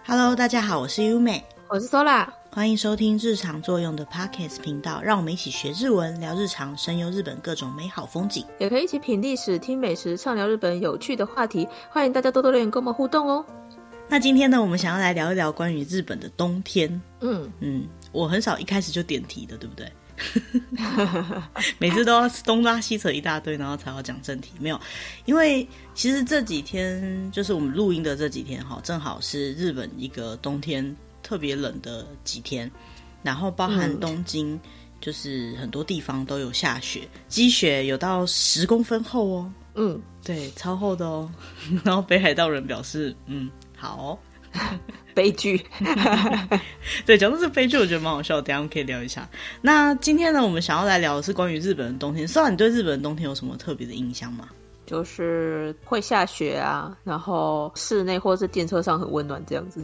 Hello， 大家好，我是优美， 我是 Sola， 欢迎收听日常作用的 Podcast 频道，让我们一起学日文，聊日常，神游日本各种美好风景， 也可以一起品历史、听美食，畅聊日本有趣的话题。欢迎大家多多留言跟我们互动哦。 那今天呢，我们想要来聊一聊关于日本的冬天。我很少一开始就点题的，对不对？每次都要东拉西扯一大堆，然后才要讲正题。没有，因为其实这几天就是我们录音的这几天正好是日本一个冬天特别冷的几天，然后包含东京，就是很多地方都有下雪，积雪有到10公分厚哦。对，超厚的哦。然后北海道人表示，好哦。 悲剧。 对，讲到这悲剧我觉得蛮好笑的，等一下我们可以聊一下。那今天呢，我们想要来聊的是关于日本的冬天。Sola，你对日本的冬天有什么特别的印象吗？ 就是会下雪啊，然后室内或是电车上很温暖这样子。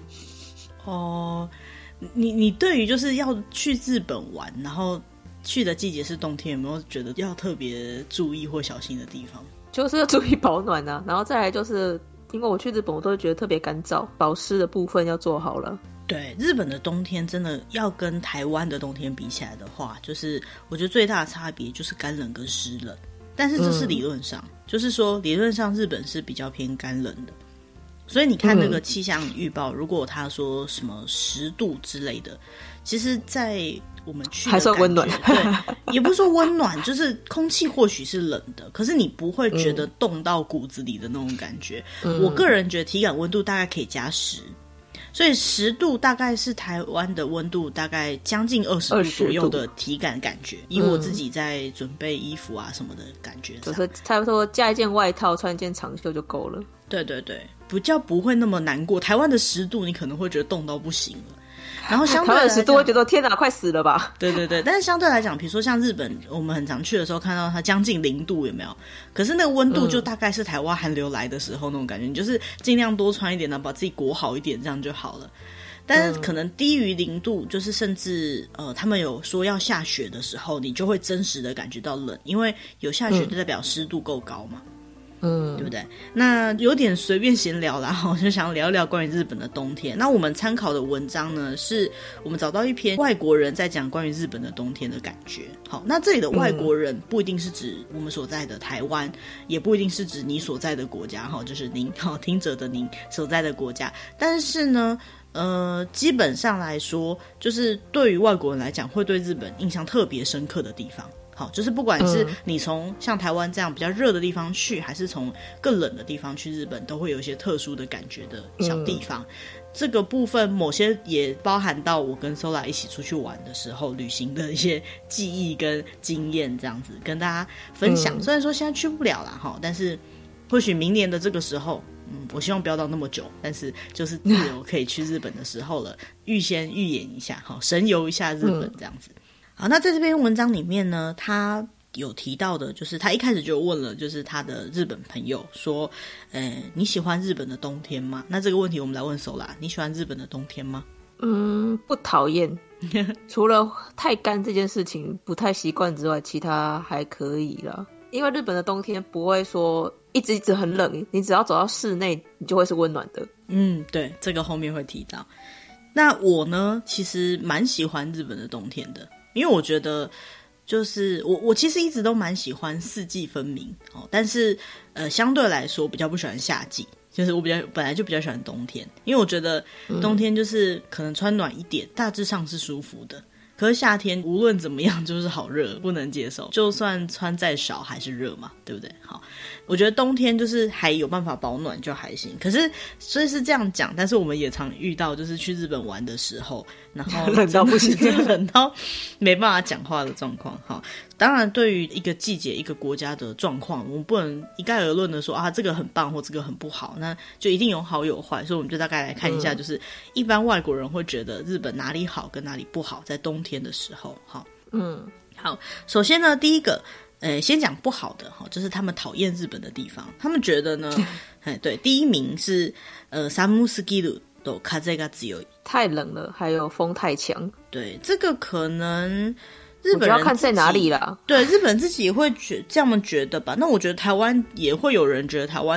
你对于就是要去日本玩，然后去的季节是冬天，有没有觉得要特别注意或小心的地方？ 就是要注意保暖啊，然后再来就是因为我去日本我都会觉得特别干燥，保湿的部分要做好了。 对，日本的冬天真的要跟台湾的冬天比起来的话，就是我觉得最大的差别就是干冷跟湿冷，但是这是理论上，就是说理论上日本是比较偏干冷的，所以你看那个气象预报，如果他说什么10度之类的，其实在我们去的还算温暖， 对，也不是说温暖，就是空气或许是冷的，可是你不会觉得冻到骨子里的那种感觉。我个人觉得体感温度大概可以加10，所以10度大概是台湾的温度大概将近20度左右的体感感觉。以我自己在准备衣服啊什么的感觉上， 就是差不多加一件外套，穿一件长袖就够了。 对对对，比较不会那么难过。台湾的10度你可能会觉得冻到不行了。然后相对来讲，台湾 10度会觉得天哪，快死了吧？ 对对对，但是相对来讲，比如说像日本，我们很常去的时候看到它将近0度，有没有？可是那个温度就大概是台湾寒流来的时候那种感觉，你就是尽量多穿一点，然后把自己裹好一点，这样就好了。但是可能低于0度，就是甚至他们有说要下雪的时候，你就会真实的感觉到冷，因为有下雪就代表湿度够高嘛。对不对？那有点随便闲聊啦，我就想聊一聊关于日本的冬天。那我们参考的文章呢，是我们找到一篇外国人在讲关于日本的冬天的感觉。好，那这里的外国人不一定是指我们所在的台湾，也不一定是指你所在的国家，就是您听者的您所在的国家。但是呢，基本上来说，就是对于外国人来讲，会对日本印象特别深刻的地方。好，就是不管是你从像台湾这样比较热的地方去，还是从更冷的地方去日本，都会有一些特殊的感觉的小地方。这个部分某些也包含到我跟 Sola 一起出去玩的时候旅行的一些记忆跟经验，这样子跟大家分享。虽然说现在去不了啦，但是或许明年的这个时候，我希望不要到那么久，但是就是自由可以去日本的时候了，先预演一下，神游一下日本这样子。好，那在这篇文章里面呢，他有提到的就是他一开始就问了，就是他的日本朋友说，你喜欢日本的冬天吗？那这个问题我们来问Sola，你喜欢日本的冬天吗？ 不讨厌，除了太干这件事情不太习惯之外，其他还可以啦。因为日本的冬天不会说一直很冷，你只要走到室内，你就会是温暖的。 对，这个后面会提到。那我呢，其实蛮喜欢日本的冬天的。因为我觉得就是我其实一直都蛮喜欢四季分明但是相对来说比较不喜欢夏季，就是我本来就比较喜欢冬天，因为我觉得冬天就是可能穿暖一点，大致上是舒服的。可是夏天无论怎么样就是好热，不能接受，就算穿再少还是热嘛，对不对？好，我觉得冬天就是还有办法保暖就还行。可是虽是这样讲，但是我们也常遇到就是去日本玩的时候，然后冷到不行， 冷到没办法讲话的状况。好，当然对于一个季节一个国家的状况，我们不能一概而论的说这个很棒或这个很不好，那就一定有好有坏。所以我们就大概来看一下，就是一般外国人会觉得日本哪里好跟哪里不好，在冬天的时候。好，首先呢，第一个先讲不好的就是他们讨厌日本的地方。他们觉得呢对，第一名是寒すぎると風が強い， 太冷了，还有风太强。 对，这个可能日本人我就要看在哪里啦。 对，日本自己也会这样觉得吧。那我觉得台湾也会有人觉得台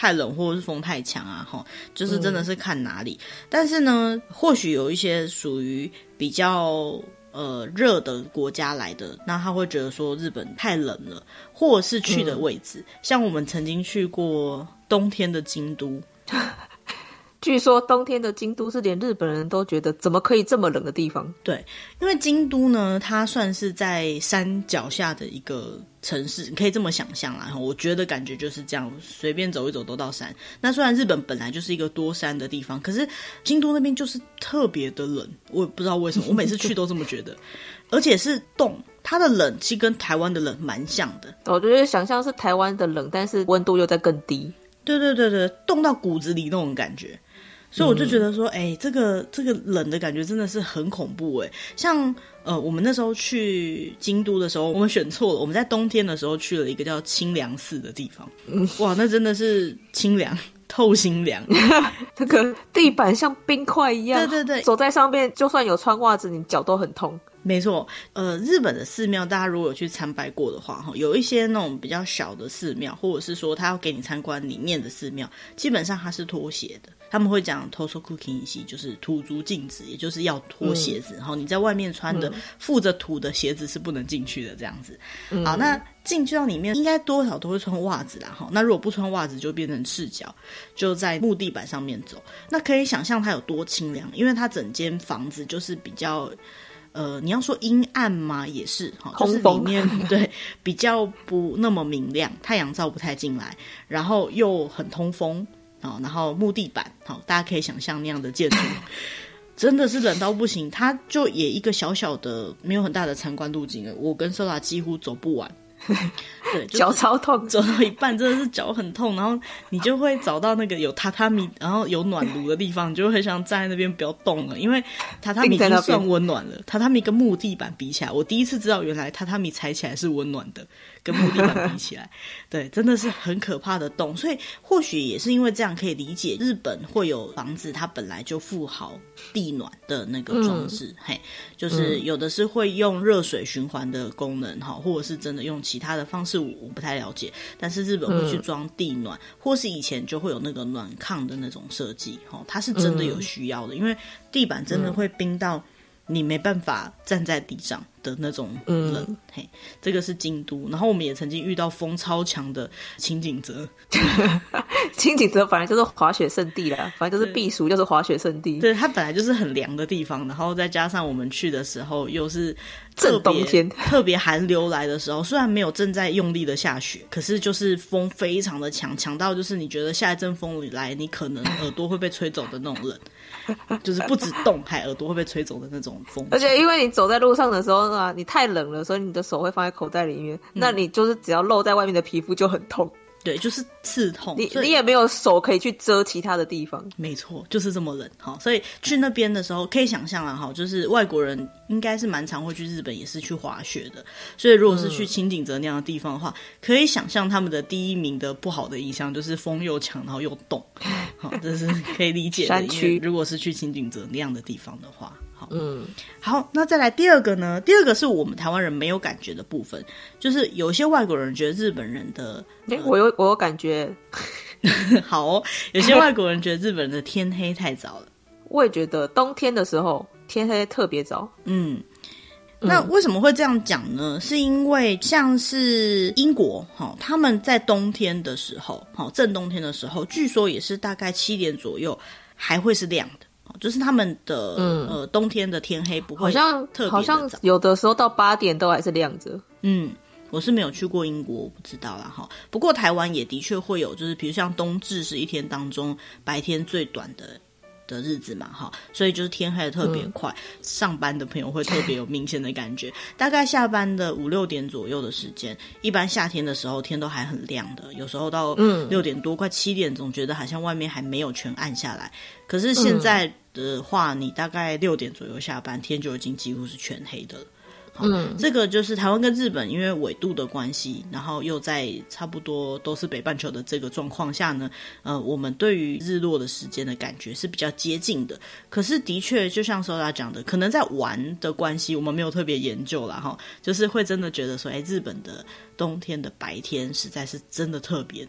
太冷或者是风太强啊，就是真的是看哪里。但是呢，或许有一些属于比较热的国家来的，那他会觉得说日本太冷了，或者是去的位置，像我们曾经去过冬天的京都。 据说冬天的京都是连日本人都觉得怎么可以这么冷的地方。 对，因为京都呢，它算是在山脚下的一个城市，你可以这么想象啦。我觉得感觉就是这样，随便走一走都到山。那虽然日本本来就是一个多山的地方，可是京都那边就是特别的冷，我也不知道为什么，我每次去都这么觉得，而且是冻。它的冷其实跟台湾的冷蛮像的， 我觉得想象是台湾的冷，但是温度又在更低。 对对对对，冻到骨子里那种感觉。所以我就觉得说，这个冷的感觉真的是很恐怖像我们那时候去京都的时候，我们选错了，我们在冬天的时候去了一个叫清凉寺的地方。哇，那真的是清凉透心凉， 那个地板像冰块一样， 对对对， 走在上面就算有穿袜子，你脚都很痛。 没错，日本的寺庙，大家如果有去参拜过的话，有一些那种比较小的寺庙，或者是说他要给你参观里面的寺庙，基本上它是脱鞋的。他们会讲 Tosoku Kinshi， 就是土足禁止，也就是要脱鞋子，然后你在外面穿的附着土的鞋子是不能进去的，这样子。好，那进去到里面应该多少都会穿袜子啦，那如果不穿袜子就变成赤脚，就在木地板上面走。那可以想象它有多清凉，因为它整间房子就是比较你要说阴暗吗？也是，就是里面对比较不那么明亮，太阳照不太进来，然后又很通风。然后木地板，大家可以想象那样的建筑，真的是冷到不行。它就也一个小小的，没有很大的参观路径了，我跟Sola几乎走不完。对， 脚超痛， 走到一半真的是脚很痛，然后你就会找到那个有榻榻米，然后有暖炉的地方，你就会很想站在那边不要动了，因为榻榻米已经算温暖了。榻榻米跟木地板比起来，我第一次知道原来榻榻米踩起来是温暖的，跟木地板比起来，对，真的是很可怕的冻。所以或许也是因为这样，可以理解日本会有房子它本来就附好地暖的那个装置，就是有的是会用热水循环的功能，或者是真的用其他的方式，我不太了解，但是日本会去装地暖，或是以前就会有那个暖炕的那种设计，它是真的有需要的，因为地板真的会冰到你没办法站在地上的那种冷。这个是京都，然后我们也曾经遇到风超强的清景泽。 清景泽本来就是滑雪胜地啦，反正就是避暑就是滑雪胜地。 对，它本来就是很凉的地方，然后再加上我们去的时候又是正冬天， 特别寒流来的时候，虽然没有正在用力的下雪，可是就是风非常的强，强到就是你觉得下一阵风来，你可能耳朵会被吹走的那种冷。就是不止冻，还耳朵会被吹走的那种风。 而且因为你走在路上的时候啊，你太冷了，所以你的手会放在口袋里面，那你就是只要露在外面的皮肤就很痛。 对，就是刺痛， 你也没有手可以去遮其他的地方。 没错，就是这么冷。所以去那边的时候可以想象啦，就是外国人应该是蛮常会去日本，也是去滑雪的。所以如果是去清景泽那样的地方的话，可以想象他们的第一名的不好的印象就是风又强，然后又冻。这是可以理解的。 山区如果是去清景泽那样的地方的话。好，那再来第二个呢？第二个是我们台湾人没有感觉的部分，就是有些外国人觉得日本人的， 我有感觉。 好有些外国人觉得日本人的天黑太早了。 我也觉得冬天的时候天黑特别早。 那为什么会这样讲呢？是因为像是英国，他们在冬天的时候，正冬天的时候，据说也是大概7点左右还会是亮的。就是他们的冬天的天黑不会特别的早， 好像有的时候到8点都还是亮着。 我是没有去过英国，我不知道啦哈。不过台湾也的确会有，就是比如像冬至是一天当中白天最短的日子嘛哈，所以就是天黑的特别快，上班的朋友会特别有明显的感觉。大概下班的5、6点左右的时间，一般夏天的时候天都还很亮的，有时候到6点多快7点，总觉得好像外面还没有全暗下来。可是现在的话，你大概6点左右下班，天就已经几乎是全黑的了。这个就是台湾跟日本因为纬度的关系，然后又在差不多都是北半球的这个状况下呢，我们对于日落的时间的感觉是比较接近的。可是的确就像Sola讲的，可能在玩的关系，我们没有特别研究啦齁，就是会真的觉得说日本的冬天的白天实在是真的特别短。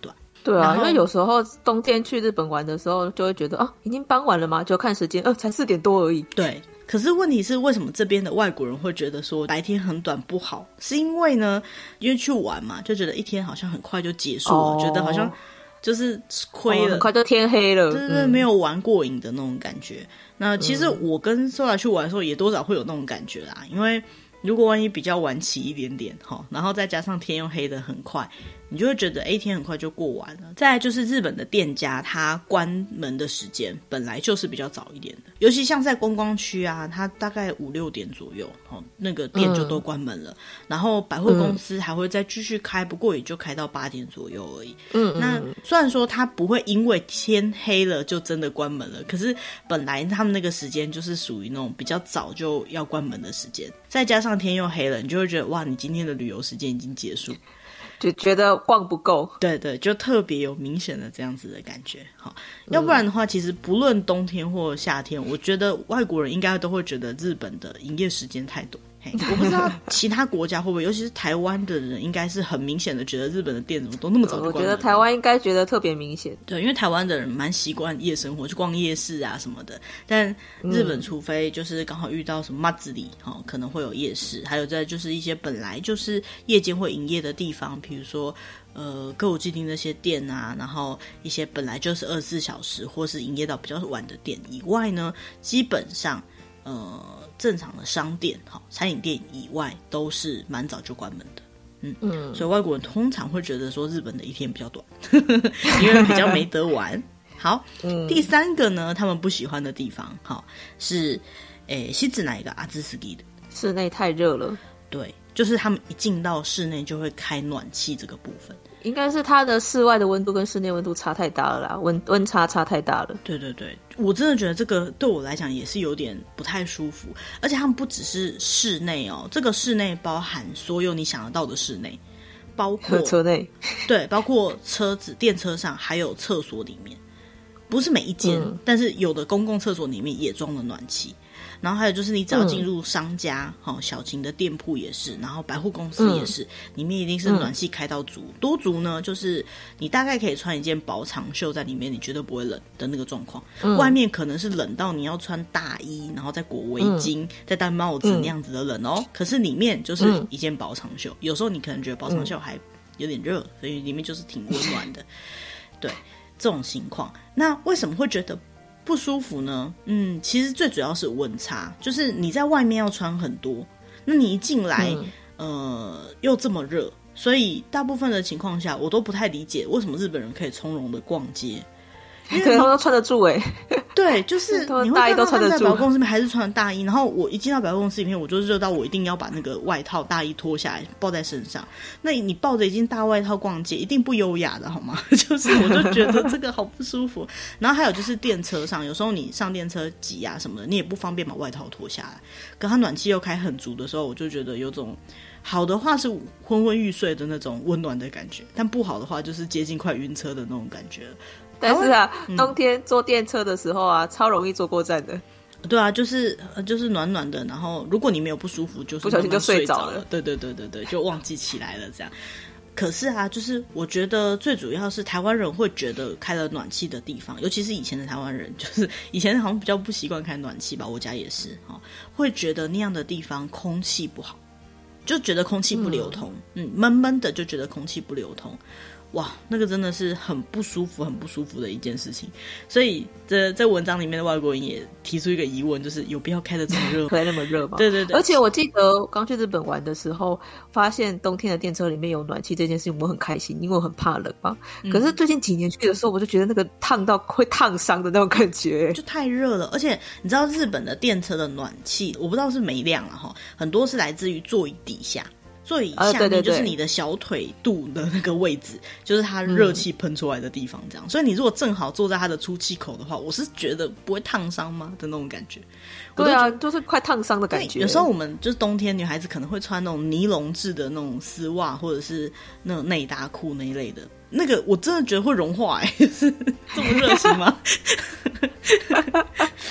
对啊，因为有时候冬天去日本玩的时候，就会觉得啊，已经傍晚了嘛，就看时间，才4点多而已。 对。可是问题是，为什么这边的外国人会觉得说白天很短不好？是因为呢，因为去玩嘛，就觉得一天好像很快就结束了，觉得好像就是亏了， 很快就天黑了， 对，没有玩过瘾的那种感觉。那其实我跟Sora去玩的时候，也多少会有那种感觉啦，因为如果万一比较晚起一点点，然后再加上天又黑得很快，你就会觉得天很快就过完了。再来就是日本的店家，它关门的时间本来就是比较早一点的，尤其像在观光区啊，它大概5、6点左右，那个店就都关门了。然后百货公司还会再继续开，不过也就开到8点左右而已。那虽然说它不会因为天黑了就真的关门了，可是本来他们那个时间就是属于那种比较早就要关门的时间，再加上天又黑了，你就会觉得哇，你今天的旅游时间已经结束， 就觉得逛不够。 对对，就特别有明显的这样子的感觉。好，要不然的话，其实不论冬天或夏天，我觉得外国人应该都会觉得日本的营业时间太短。我不知道其他国家会不会，尤其是台湾的人，应该是很明显的觉得日本的店怎么都那么早就关门。 我觉得台湾应该觉得特别明显， 对，因为台湾的人蛮习惯夜生活，去逛夜市啊什么的。但日本除非就是刚好遇到什么祭り，可能会有夜市，还有再就是一些本来就是夜间会营业的地方，比如说歌舞伎町那些店啊，然后一些本来就是24小时或是营业到比较晚的店以外呢，基本上正常的商店、餐饮店以外都是蛮早就关门的。所以外国人通常会觉得说日本的一天比较短，因为比较没得玩。好，第3个呢，他们不喜欢的地方，是室内が暑すぎる， 室内太热了。 对，就是他们一进到室内就会开暖气这个部分。 应该是它的室外的温度跟室内温度差太大了啦，温差太大了。 对对对，我真的觉得这个对我来讲也是有点不太舒服。而且他们不只是室内哦，这个室内包含所有你想得到的室内，包括车内，对， 包括车子、电车上，还有厕所里面。不是每一间，但是有的公共厕所里面也装了暖气。然后还有就是你只要进入商家、小型的店铺也是，然后百货公司也是，里面一定是暖气开到足。多足呢，就是你大概可以穿一件薄长袖在里面，你绝对不会冷的那个状况。外面可能是冷到你要穿大衣，然后再裹围巾，再戴帽子那样子的冷哦。可是里面就是一件薄长袖，有时候你可能觉得薄长袖还有点热，所以里面就是挺温暖的。对，这种情况，那为什么会觉得不舒服呢？其实最主要是温差，就是你在外面要穿很多，那你一进来，又这么热，所以大部分的情况下，我都不太理解为什么日本人可以从容的逛街。 因为他们都穿得住对，就是你会看到他们在百货公司里面还是穿大衣，然后我一进到百货公司里面，我就热到我一定要把那个外套大衣脱下来抱在身上。那你抱着一件大外套逛街，一定不优雅的好吗？就是我就觉得这个好不舒服。然后还有就是电车上，有时候你上电车挤啊什么的，你也不方便把外套脱下来。可它暖气又开很足的时候，我就觉得有种好的话是昏昏欲睡的那种温暖的感觉，但不好的话就是接近快晕车的那种感觉。 但是啊，冬天坐电车的时候啊，超容易坐过站的。 对啊，就是暖暖的，然后如果你没有不舒服，就是不小心就睡着了。 对，就忘记起来了这样。可是啊，就是我觉得最主要是台湾人会觉得开了暖气的地方，尤其是以前的台湾人，就是以前好像比较不习惯开暖气吧，我家也是会觉得那样的地方空气不好，就觉得空气不流通，闷闷的就觉得空气不流通。哇，那个真的是很不舒服的一件事情。所以在文章里面的外国人也提出一个疑问，就是有必要开得这么热， 开那么热吗？ 对。 而且我记得刚去日本玩的时候，发现冬天的电车里面有暖气这件事情，我很开心，因为我很怕冷嘛。可是最近几年去的时候，我就觉得那个烫到会烫伤的那种感觉， 就太热了。而且你知道日本的电车的暖气，我不知道是没亮了很多是来自于座椅底下。座椅下面就是你的小腿肚的那个位置，就是它热气喷出来的地方这样。所以你如果正好坐在它的出气口的话，我是觉得不会烫伤吗的那种感觉。 对啊，就是快烫伤的感觉。 有时候我们就是冬天女孩子可能会穿那种尼龙制的那种丝袜，或者是那种内搭裤那一类的，那个我真的觉得会融化就是这么热行吗？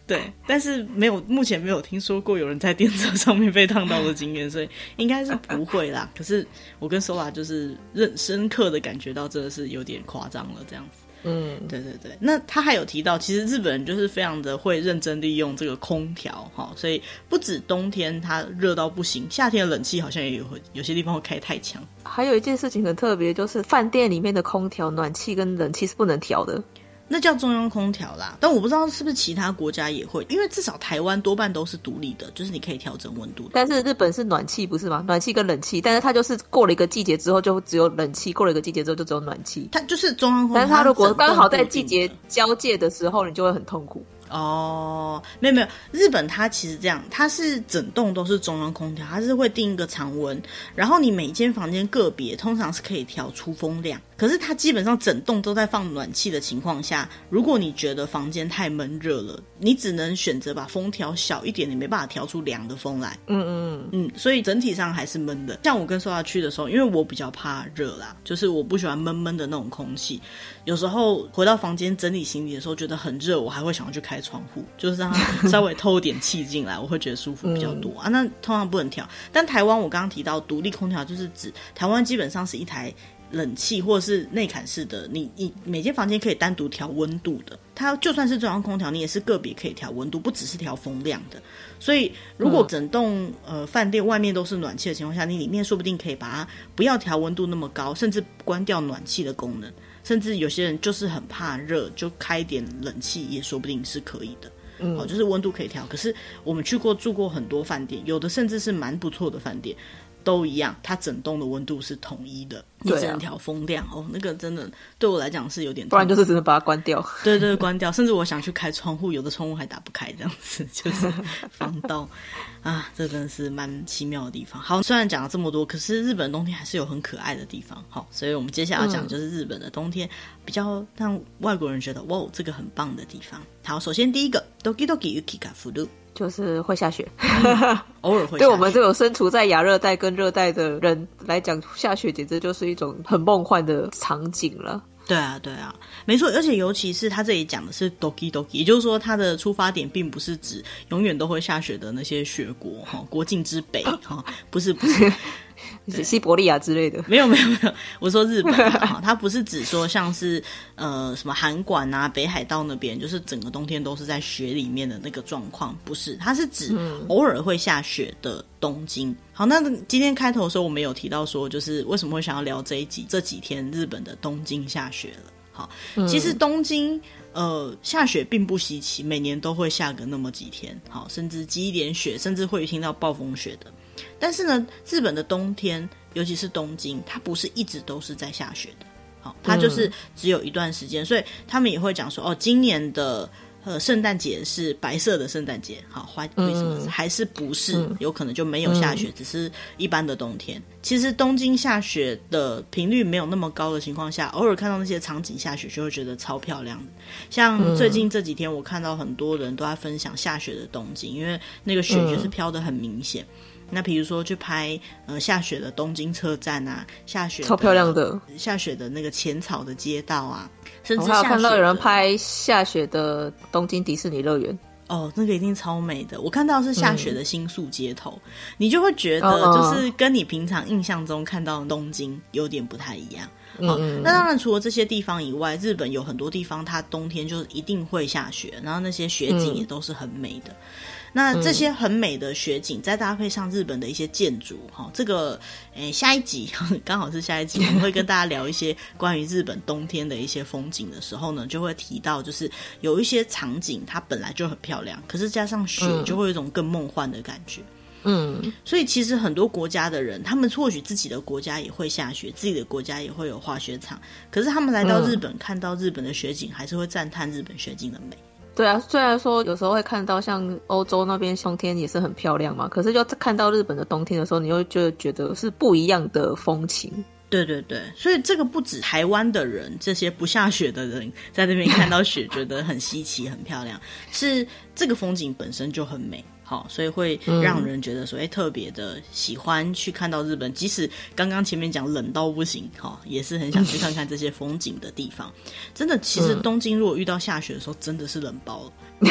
对，但是目前没有听说过有人在电车上面被烫到的经验，所以应该是不会啦。可是我跟 Sola 就是深刻的感觉到真的是有点夸张了这样子。对对对。那他还有提到，其实日本人就是非常的会认真利用这个空调，所以不止冬天它热到不行，夏天的冷气好像也有些地方会开太强。 还有一件事情很特别，就是饭店里面的空调暖气跟冷气是不能调的。 那叫中央空调啦，但我不知道是不是其他国家也会，因为至少台湾多半都是独立的，就是你可以调整温度的。 但是日本是暖气不是吗？暖气跟冷气，但是它就是过了一个季节之后就只有冷气，过了一个季节之后就只有暖气。 它就是中央空调， 但是它如果刚好在季节交界的时候，你就会很痛苦。 哦，没有，日本它其实这样，它是整栋都是中央空调，它是会定一个常温，然后你每间房间个别通常是可以调出风量，可是它基本上整栋都在放暖气的情况下，如果你觉得房间太闷热了，你只能选择把风调小一点，你没办法调出凉的风来。所以整体上还是闷的。像我跟Sola去的时候，因为我比较怕热啦，就是我不喜欢闷闷的那种空气，有时候回到房间整理行李的时候觉得很热，我还会想要去开窗户，就是让它稍微透点气进来，我会觉得舒服比较多啊。那通常不能调，但台湾我刚刚提到独立空调，就是指台湾基本上是一台冷气或者是内砍式的，你每间房间可以单独调温度的，它就算是中央空调，你也是个别可以调温度，不只是调风量的。所以如果整栋饭店外面都是暖气的情况下，你里面说不定可以把它不要调温度那么高，甚至关掉暖气的功能，甚至有些人就是很怕热，就开一点冷气也说不定是可以的。就是温度可以调。可是我们住过很多饭店，有的甚至是蛮不错的饭店都一样，它整栋的温度是统一的，你只能调风量。那个真的对我来讲是有点痛苦， 不然就是只能把它关掉。 对对，关掉。甚至我想去开窗户，有的窗户还打不开，这样子就是防盗啊，这真的是蛮奇妙的地方。好，虽然讲了这么多，可是日本冬天还是有很可爱的地方。好，所以我们接下来要讲就是日本的冬天比较让外国人觉得哇，这个很棒的地方。好，首先第一个 Doki Doki Yuki ga Furu，就是会下雪偶尔会下雪。 对我们这种身处在亚热带跟热带的人来讲，下雪简直就是一种很梦幻的场景了。 对啊对啊，没错。而且尤其是他这里讲的是 Doki Doki， 也就是说他的出发点并不是指永远都会下雪的那些雪国，国境之北，不是西伯利亚之类的。 没有，我说日本它不是指说像是什么函馆啊、北海道那边，就是整个冬天都是在雪里面的那个状况，不是，它是指偶尔会下雪的东京。好，那今天开头的时候我们有提到说，就是为什么会想要聊这几天日本的东京下雪了。好，其实东京下雪并不稀奇，每年都会下个那么几天，好，甚至积一点雪，甚至会听到暴风雪的。但是呢，日本的冬天，尤其是东京，它不是一直都是在下雪的，好，它就是只有一段时间，所以他们也会讲说，今年的圣诞节是白色的圣诞节，好，White Christmas，还是不是？有可能就没有下雪，只是一般的冬天。其实东京下雪的频率没有那么高的情况下，偶尔看到那些场景下雪，就会觉得超漂亮的。像最近这几天，我看到很多人都在分享下雪的东京，因为那个雪就是飘得很明显。那比如说去拍下雪的东京车站啊，下雪的超漂亮的下雪的那个浅草的街道啊，甚至我还有看到有人拍下雪的东京迪士尼乐园。 那个一定超美的。我看到是下雪的新宿街头，你就会觉得就是跟你平常印象中看到的东京有点不太一样。那当然除了这些地方以外，日本有很多地方它冬天就一定会下雪，然后那些雪景也都是很美的。那这些很美的雪景，再搭配上日本的一些建筑，这个下一集刚好是下一集，我们会跟大家聊一些关于日本冬天的一些风景的时候呢，就会提到就是有一些场景它本来就很漂亮，可是加上雪就会有一种更梦幻的感觉。所以其实很多国家的人，他们或许自己的国家也会下雪，自己的国家也会有滑雪场，可是他们来到日本，看到日本的雪景，还是会赞叹日本雪景的美。 对啊，虽然说有时候会看到像欧洲那边冬天也是很漂亮嘛，可是就看到日本的冬天的时候，你会觉得是不一样的风情。对对对，所以这个不止台湾的人，这些不下雪的人在那边看到雪觉得很稀奇很漂亮，是这个风景本身就很美。好，所以会让人觉得说特别的喜欢去看到日本，即使刚刚前面讲冷到不行，也是很想去看看这些风景的地方。真的，其实东京如果遇到下雪的时候，真的是冷爆了。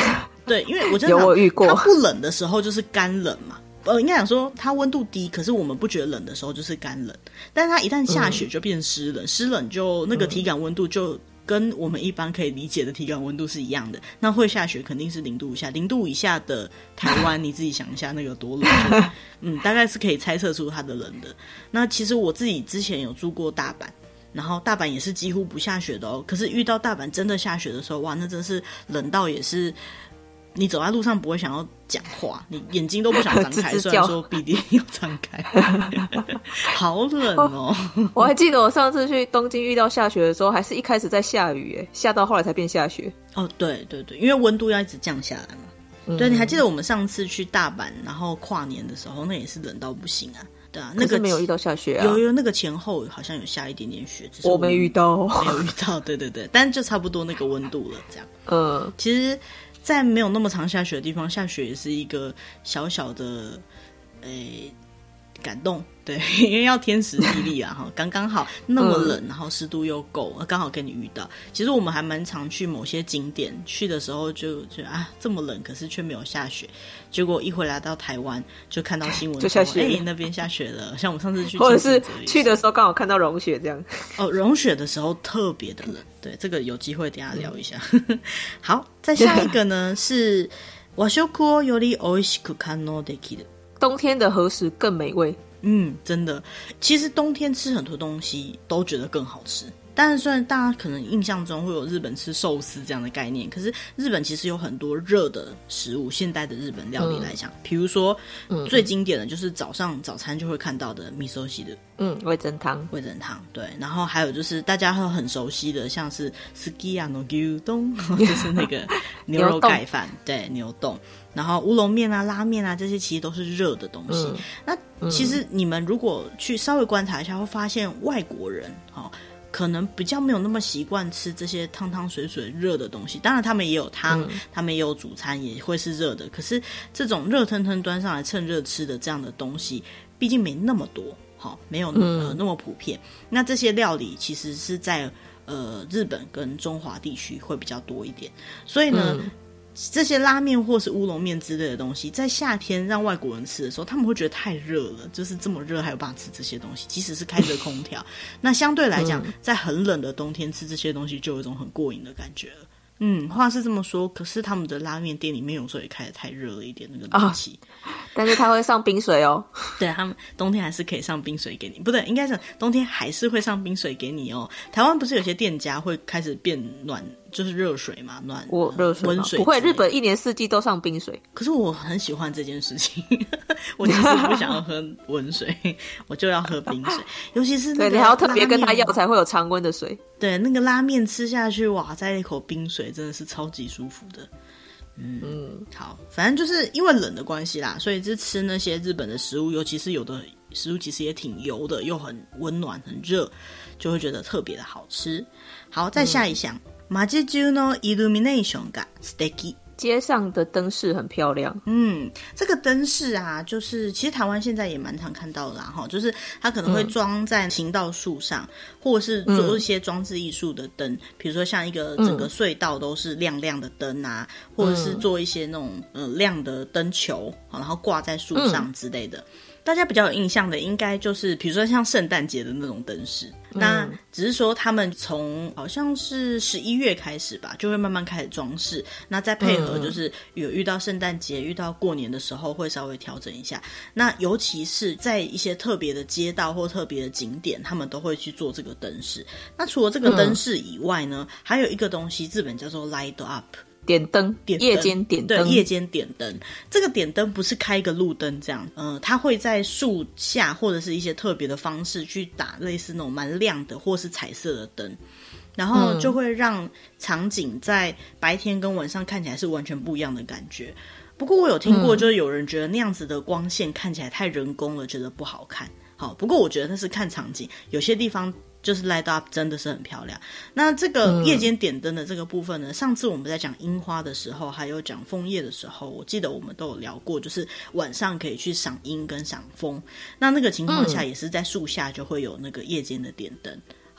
对，因为我真的有我遇过， 它不冷的时候就是干冷嘛。应该讲说它温度低，可是我们不觉得冷的时候就是干冷，但是它一旦下雪就变湿冷，湿冷就那个体感温度就跟我们一般可以理解的体感温度是一样的。那会下雪肯定是0度以下，0度以下的台湾，你自己想一下那个有多冷，大概是可以猜测出它的冷的。那其实我自己之前有住过大阪。然后大阪也是几乎不下雪的哦，可是遇到大阪真的下雪的时候，哇，那真是冷到也是你走在路上不会想要讲话，你眼睛都不想张开，虽然说必定要张开，好冷哦！ 我还记得我上次去东京遇到下雪的时候，还是一开始在下雨，下到后来才变下雪。 哦，对对对，因为温度要一直降下来嘛。对，你还记得我们上次去大阪，然后跨年的时候，那也是冷到不行啊。对啊，那个没有遇到下雪啊， 有那个前后好像有下一点点雪，只是我没遇到， 没有遇到，对对对，但就差不多那个温度了，这样。其实，在没有那么常下雪的地方，下雪也是一个小小的，感动，对，因为要天时地利啊，刚刚好那么冷，然后湿度又够，刚好跟你遇到。其实我们还蛮常去某些景点，去的时候就觉得啊这么冷，可是却没有下雪。结果一回来到台湾，就看到新闻就下雪， 那边下雪了。像我们上次去， 或者是去的时候刚好看到融雪这样。 哦，融雪的时候特别的冷，对，这个有机会等一下聊一下。好，再下一个呢是和食をより美味しく感能できる。 冬天的和食更美味。 真的，其实冬天吃很多东西都觉得更好吃。但是虽然大家可能印象中会有日本吃寿司这样的概念，可是日本其实有很多热的食物，现代的日本料理来讲，比如说最经典的就是早餐就会看到的味噌汁的味噌汤， 对，然后还有就是大家会很熟悉的，像是 Sukiya no gyudon 就是那个牛肉盖饭，对，牛冻，然后乌龙面啊、拉面啊，这些其实都是热的东西。那其实你们如果去稍微观察一下，会发现外国人可能比较没有那么习惯吃这些汤汤水水热的东西，当然他们也有汤，他们也有主餐，也会是热的。可是这种热腾腾端上来趁热吃的这样的东西，毕竟没那么多，没有那么普遍。那这些料理其实是在日本跟中华地区会比较多一点，所以呢。这些拉面或是乌龙面之类的东西，在夏天让外国人吃的时候，他们会觉得太热了，就是这么热还有办法吃这些东西，即使是开着空调。那相对来讲，在很冷的冬天吃这些东西，就有一种很过瘾的感觉了。话是这么说，可是他们的拉面店里面有时候也开得太热了一点，那个冷气。 但是它会上冰水哦。 对，他们冬天还是可以上冰水给你，不对，应该是冬天还是会上冰水给你哦。台湾不是有些店家会开始变暖，就是热水嘛， 热水温水。 不会，日本一年四季都上冰水。 可是我很喜欢这件事情，我其实不想要喝温水，我就要喝冰水，尤其是那个对，你还要特别跟他要才会有常温的水。 对，那个拉面吃下去，哇，再一口冰水真的是超级舒服的。好，反正就是因为冷的关系啦，所以就吃那些日本的食物，尤其是有的食物其实也挺油的，又很温暖很热，就会觉得特别的好吃。好，再下一项，街中のイルミネーションが素敵。 街上的灯饰很漂亮。 这个灯饰啊，就是其实台湾现在也蛮常看到的啦，就是它可能会装在行道树上，或者是做一些装置艺术的灯，比如说像一个整个隧道都是亮亮的灯啊，或者是做一些那种亮的灯球，然后挂在树上之类的。大家比较有印象的应该就是比如说像圣诞节的那种灯饰，那只是说他们从好像是11月开始吧，就会慢慢开始装饰，那再配合就是有遇到圣诞节遇到过年的时候会稍微调整一下。那尤其是在一些特别的街道或特别的景点，他们都会去做这个灯饰。那除了这个灯饰以外呢，还有一个东西日本叫做 light up， 点灯，夜间点灯， 对，夜间点灯。这个点灯不是开一个路灯这样，它会在树下或者是一些特别的方式去打类似那种蛮亮的或是彩色的灯，然后就会让场景在白天跟晚上看起来是完全不一样的感觉。不过我有听过，就是有人觉得那样子的光线看起来太人工了，觉得不好看。好，不过我觉得那是看场景，有些地方就是 light up 真的是很漂亮。那这个夜间点灯的这个部分呢，上次我们在讲樱花的时候还有讲枫叶的时候，我记得我们都有聊过，就是晚上可以去赏樱跟赏枫，那个情况下也是在树下就会有那个夜间的点灯。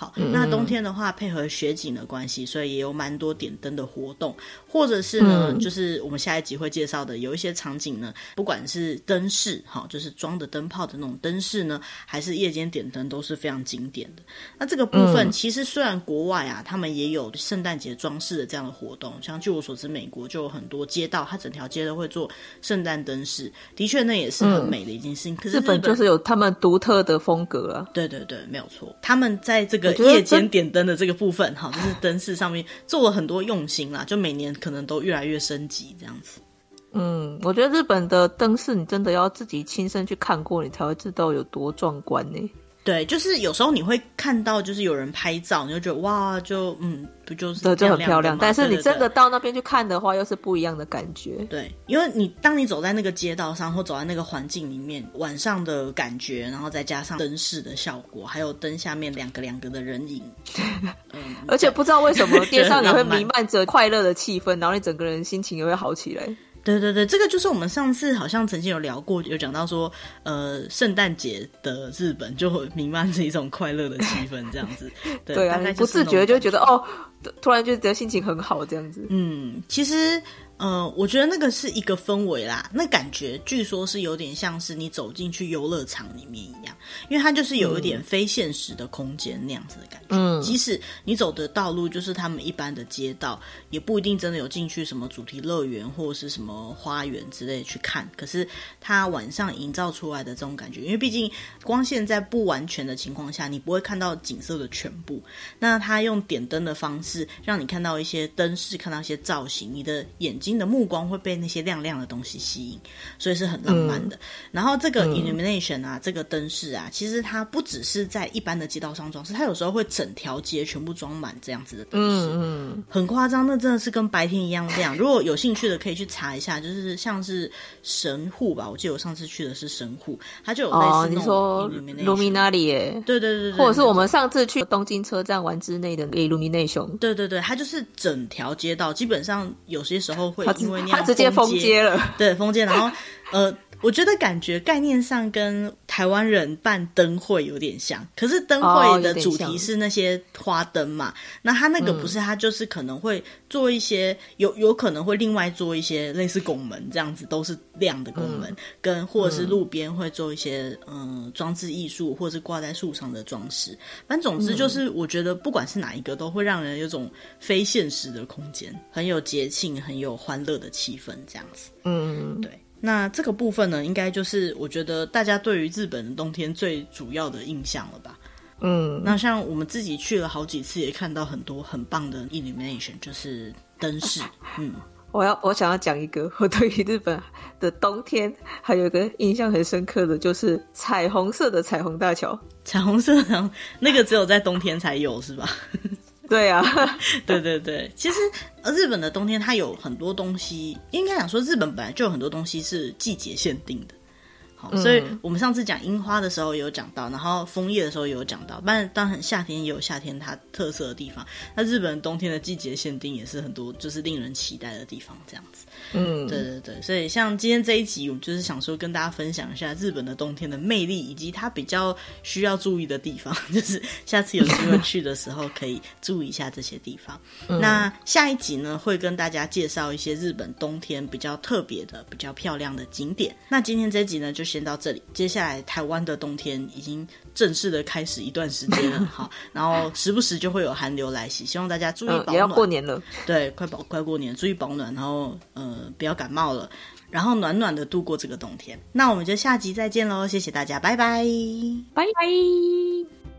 好，那冬天的话配合雪景的关系，所以也有蛮多点灯的活动，或者是呢就是我们下一集会介绍的有一些场景呢，不管是灯饰就是装的灯泡的那种灯饰呢，还是夜间点灯都是非常经典的。那这个部分其实虽然国外啊他们也有圣诞节装饰的这样的活动，像据我所知美国就有很多街道它整条街都会做圣诞灯饰，的确那也是很美的一件事情。可是日本就是有他们独特的风格啊。 对对对，没有错，他们在这个夜间点灯的这个部分就是灯饰上面做了很多用心啦，就每年可能都越来越升级这样子。 我觉得日本的灯饰你真的要自己亲身去看过，你才会知道有多壮观呢。 对，就是有时候你会看到就是有人拍照，你就觉得哇，就不就是对，就很漂亮，但是你真的对到那边去看的话又是不一样的感觉。 对，因为当你走在那个街道上或走在那个环境里面，晚上的感觉，然后再加上灯饰的效果，还有灯下面两个的人影而且不知道为什么电上也会弥漫着快乐的气氛，然后你整个人心情也会好起来。 对对对，这个就是我们上次好像曾经有聊过，有讲到说圣诞节的日本就会弥漫着一种快乐的气氛这样子。 对啊，你不自觉就会觉得突然就觉得心情很好这样子。 其实我觉得那个是一个氛围啦，那感觉据说是有点像是你走进去游乐场里面一样，因为它就是有一点非现实的空间那样子的感觉。即使你走的道路就是他们一般的街道，也不一定真的有进去什么主题乐园或者是什么花园之类去看，可是它晚上营造出来的这种感觉，因为毕竟光线在不完全的情况下，你不会看到景色的全部，那它用点灯的方式让你看到一些灯饰，看到一些造型，你的眼睛的目光会被那些亮亮的东西吸引，所以是很浪漫的。然后这个 illumination 啊，这个灯饰啊，其实它不只是在一般的街道上装饰，它有时候会整条街全部装满这样子的灯饰，很夸张，那真的是跟白天一样亮。如果有兴趣的可以去查一下，就是像是神户吧，我记得我上次去的是神户，它就有类似那种 illumination。 Luminary 耶， 对对对对， 或者是我们上次去东京车站玩之内的 illumination。 对对对，它就是整条街道，基本上有些时候会因为那样它直接封街了， 对，封街，然后我觉得感觉概念上跟台湾人办灯会有点像，可是灯会的主题是那些花灯嘛，那他那个不是，他就是可能会做一些有可能会另外做一些类似拱门这样子，都是亮的拱门，跟或者是路边会做一些装置艺术，或者是挂在树上的装饰。反正总之就是我觉得不管是哪一个，都会让人有种非现实的空间，很有节庆，很有欢乐的气氛这样子。对。那这个部分呢，应该就是我觉得大家对于日本的冬天最主要的印象了吧。那像我们自己去了好几次，也看到很多很棒的 illumination， 就是灯饰。 我想要讲一个，我对于日本的冬天还有一个印象很深刻的，就是彩虹色的彩虹大桥。 彩虹色的那个只有在冬天才有是吧？ 对啊， 对对对，其实日本的冬天它有很多东西，应该讲说日本本来就有很多东西是季节限定的。所以我们上次讲樱花的时候也有讲到，然后枫叶的时候也有讲到，当然夏天也有夏天它特色的地方，那日本冬天的季节限定也是很多就是令人期待的地方这样子。对对对，所以像今天这一集我们就是想说跟大家分享一下日本的冬天的魅力，以及它比较需要注意的地方，就是下次有机会去的时候可以注意一下这些地方。那下一集呢会跟大家介绍一些日本冬天比较特别的比较漂亮的景点。那今天这一集呢就先到这里，接下来台湾的冬天已经正式的开始一段时间了，好，然后时不时就会有寒流来袭，希望大家注意保暖。 也要过年了， 对，快过年，注意保暖，然后不要感冒了，然后暖暖的度过这个冬天。那我们就下集再见咯，谢谢大家，拜拜， 拜拜。